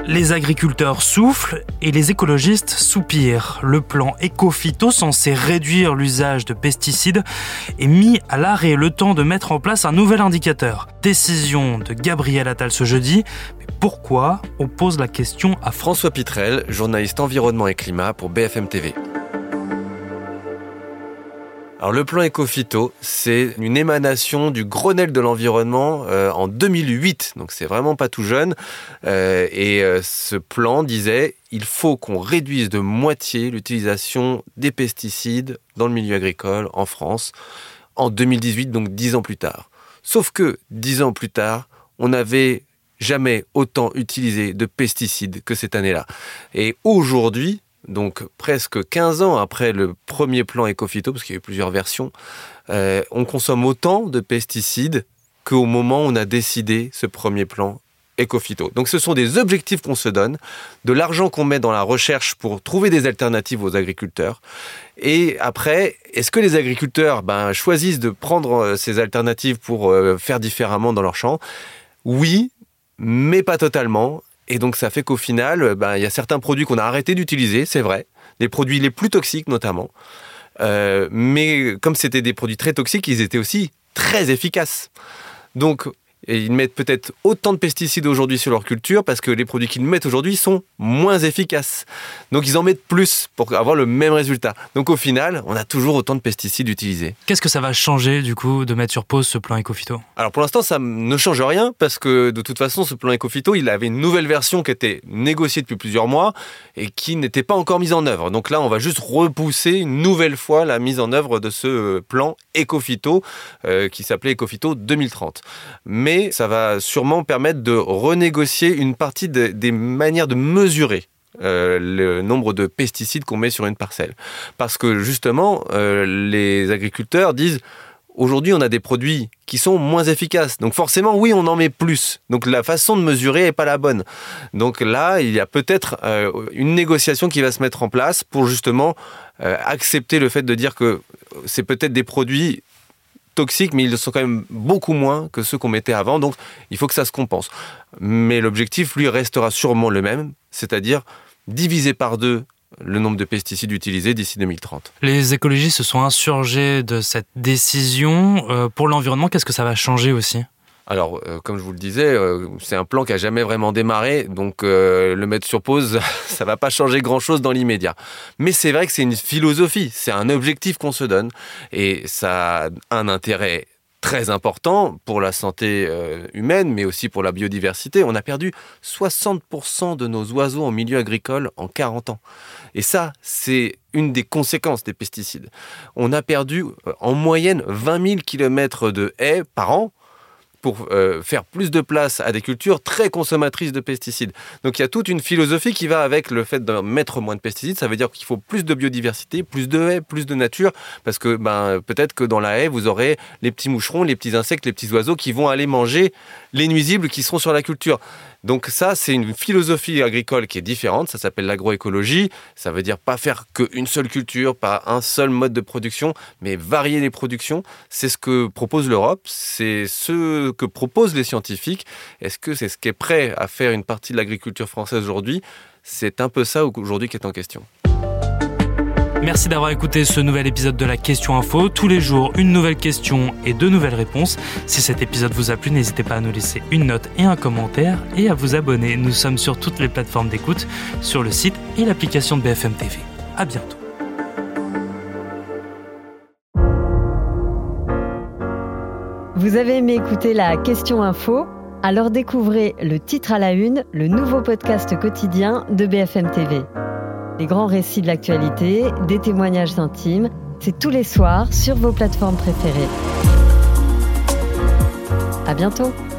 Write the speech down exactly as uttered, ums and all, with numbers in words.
Les agriculteurs soufflent et les écologistes soupirent. Le plan Ecophyto, censé réduire l'usage de pesticides, est mis à l'arrêt, le temps de mettre en place un nouvel indicateur. Décision de Gabriel Attal ce jeudi. Mais pourquoi ? On pose la question à François Pitrel, journaliste environnement et climat pour B F M T V. Alors le plan Ecophyto, c'est une émanation du Grenelle de l'environnement euh, en deux mille huit, donc c'est vraiment pas tout jeune. Euh, et euh, ce plan disait il faut qu'on réduise de moitié l'utilisation des pesticides dans le milieu agricole en France en deux mille dix-huit, donc dix ans plus tard. Sauf que dix ans plus tard, on n'avait jamais autant utilisé de pesticides que cette année-là. Et aujourd'hui, donc presque quinze ans après le premier plan Ecophyto, parce qu'il y a eu plusieurs versions, euh, on consomme autant de pesticides qu'au moment où on a décidé ce premier plan Ecophyto. Donc ce sont des objectifs qu'on se donne, de l'argent qu'on met dans la recherche pour trouver des alternatives aux agriculteurs. Et après, est-ce que les agriculteurs ben, choisissent de prendre ces alternatives pour euh, faire différemment dans leur champ ? Oui, mais pas totalement. Et donc ça fait qu'au final, ben, y a certains produits qu'on a arrêté d'utiliser, c'est vrai, les produits les plus toxiques notamment. Euh, mais comme c'était des produits très toxiques, ils étaient aussi très efficaces. Donc et ils mettent peut-être autant de pesticides aujourd'hui sur leur culture parce que les produits qu'ils mettent aujourd'hui sont moins efficaces. Donc ils en mettent plus pour avoir le même résultat. Donc au final, on a toujours autant de pesticides utilisés. Qu'est-ce que ça va changer du coup de mettre sur pause ce plan Ecophyto ? Alors pour l'instant, ça ne change rien parce que de toute façon, ce plan Ecophyto, il avait une nouvelle version qui était négociée depuis plusieurs mois et qui n'était pas encore mise en œuvre. Donc là, on va juste repousser une nouvelle fois la mise en œuvre de ce plan Ecophyto euh, qui s'appelait Ecophyto deux mille trente. Mais ça va sûrement permettre de renégocier une partie de, des manières de mesurer euh, le nombre de pesticides qu'on met sur une parcelle. Parce que justement, euh, les agriculteurs disent aujourd'hui, on a des produits qui sont moins efficaces. Donc forcément, oui, on en met plus. Donc la façon de mesurer n'est pas la bonne. Donc là, il y a peut-être euh, une négociation qui va se mettre en place pour justement euh, accepter le fait de dire que c'est peut-être des produits toxiques, mais ils sont quand même beaucoup moins que ceux qu'on mettait avant, donc il faut que ça se compense. Mais l'objectif, lui, restera sûrement le même, c'est-à-dire diviser par deux le nombre de pesticides utilisés d'ici deux mille trente. Les écologistes se sont insurgés de cette décision. Euh, pour l'environnement, qu'est-ce que ça va changer aussi ? Alors, euh, comme je vous le disais, euh, c'est un plan qui n'a jamais vraiment démarré, donc euh, le mettre sur pause, ça ne va pas changer grand-chose dans l'immédiat. Mais c'est vrai que c'est une philosophie, c'est un objectif qu'on se donne, et ça a un intérêt très important pour la santé euh, humaine, mais aussi pour la biodiversité. On a perdu soixante pour cent de nos oiseaux en milieu agricole en quarante ans. Et ça, c'est une des conséquences des pesticides. On a perdu euh, en moyenne vingt mille kilomètres de haies par an, pour euh, faire plus de place à des cultures très consommatrices de pesticides. Donc il y a toute une philosophie qui va avec le fait de mettre moins de pesticides. Ça veut dire qu'il faut plus de biodiversité, plus de haies, plus de nature, parce que ben, peut-être que dans la haie, vous aurez les petits moucherons, les petits insectes, les petits oiseaux qui vont aller manger les nuisibles qui seront sur la culture. Donc ça, c'est une philosophie agricole qui est différente, ça s'appelle l'agroécologie, ça veut dire pas faire qu'une seule culture, pas un seul mode de production, mais varier les productions. C'est ce que propose l'Europe, c'est ce que proposent les scientifiques. Est-ce que c'est ce qui est prêt à faire une partie de l'agriculture française aujourd'hui ? C'est un peu ça aujourd'hui qui est en question. Merci d'avoir écouté ce nouvel épisode de la Question Info. Tous les jours, une nouvelle question et deux nouvelles réponses. Si cet épisode vous a plu, n'hésitez pas à nous laisser une note et un commentaire et à vous abonner. Nous sommes sur toutes les plateformes d'écoute, sur le site et l'application de B F M T V. À bientôt. Vous avez aimé écouter la Question Info ? Alors découvrez le titre à la une, le nouveau podcast quotidien de B F M T V. Les grands récits de l'actualité, des témoignages intimes, c'est tous les soirs sur vos plateformes préférées. À bientôt.